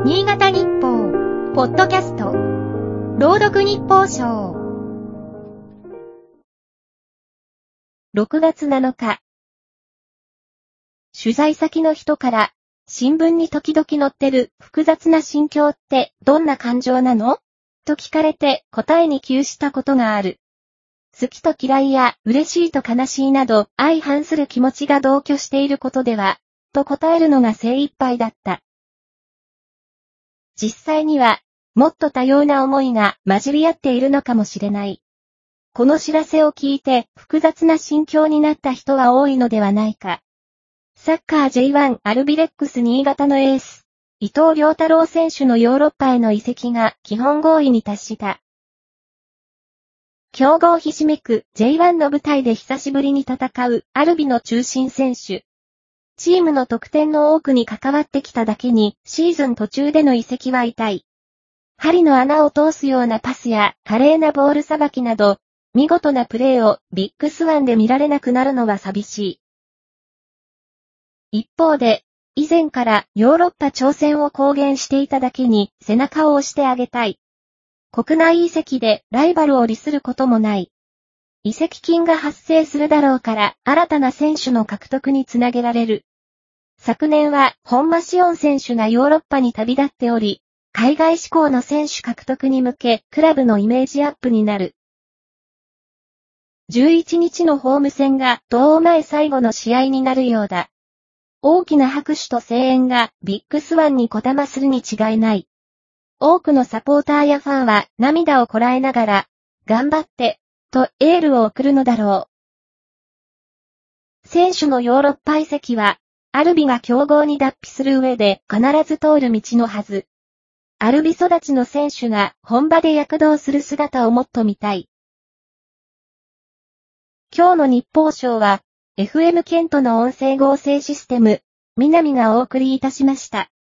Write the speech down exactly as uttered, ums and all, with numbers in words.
新潟日報、ポッドキャスト、朗読日報賞。 ろくがつなのか。取材先の人から、新聞に時々載ってる複雑な心境ってどんな感情なの？と聞かれて答えに窮したことがある。好きと嫌いや嬉しいと悲しいなど相反する気持ちが同居していることでは、と答えるのが精一杯だった。実際には、もっと多様な思いが混じり合っているのかもしれない。この知らせを聞いて複雑な心境になった人は多いのではないか。サッカー ジェイワン アルビレックス新潟のエース、伊藤涼太郎選手のヨーロッパへの移籍が基本合意に達した。強豪ひしめく ジェイワン の舞台で久しぶりに戦うアルビの中心選手。チームの得点の多くに関わってきただけにシーズン途中での移籍は痛い。針の穴を通すようなパスや華麗なボールさばきなど、見事なプレーをビッグスワンで見られなくなるのは寂しい。一方で、以前からヨーロッパ挑戦を公言していただけに背中を押してあげたい。国内移籍でライバルを利することもない。移籍金が発生するだろうから新たな選手の獲得につなげられる。昨年は本間紫音選手がヨーロッパに旅立っており、海外志向の選手獲得に向けクラブのイメージアップになる。じゅういちにちのホーム戦が同前最後の試合になるようだ。大きな拍手と声援がビッグスワンにこだまするに違いない。多くのサポーターやファンは涙をこらえながら、頑張って、とエールを送るのだろう。選手のヨーロッパ移籍は、アルビが強豪に脱皮する上で必ず通る道のはず。アルビ育ちの選手が本場で躍動する姿をもっと見たい。今日の日報賞は、エフエム ケントの音声合成システム、南がお送りいたしました。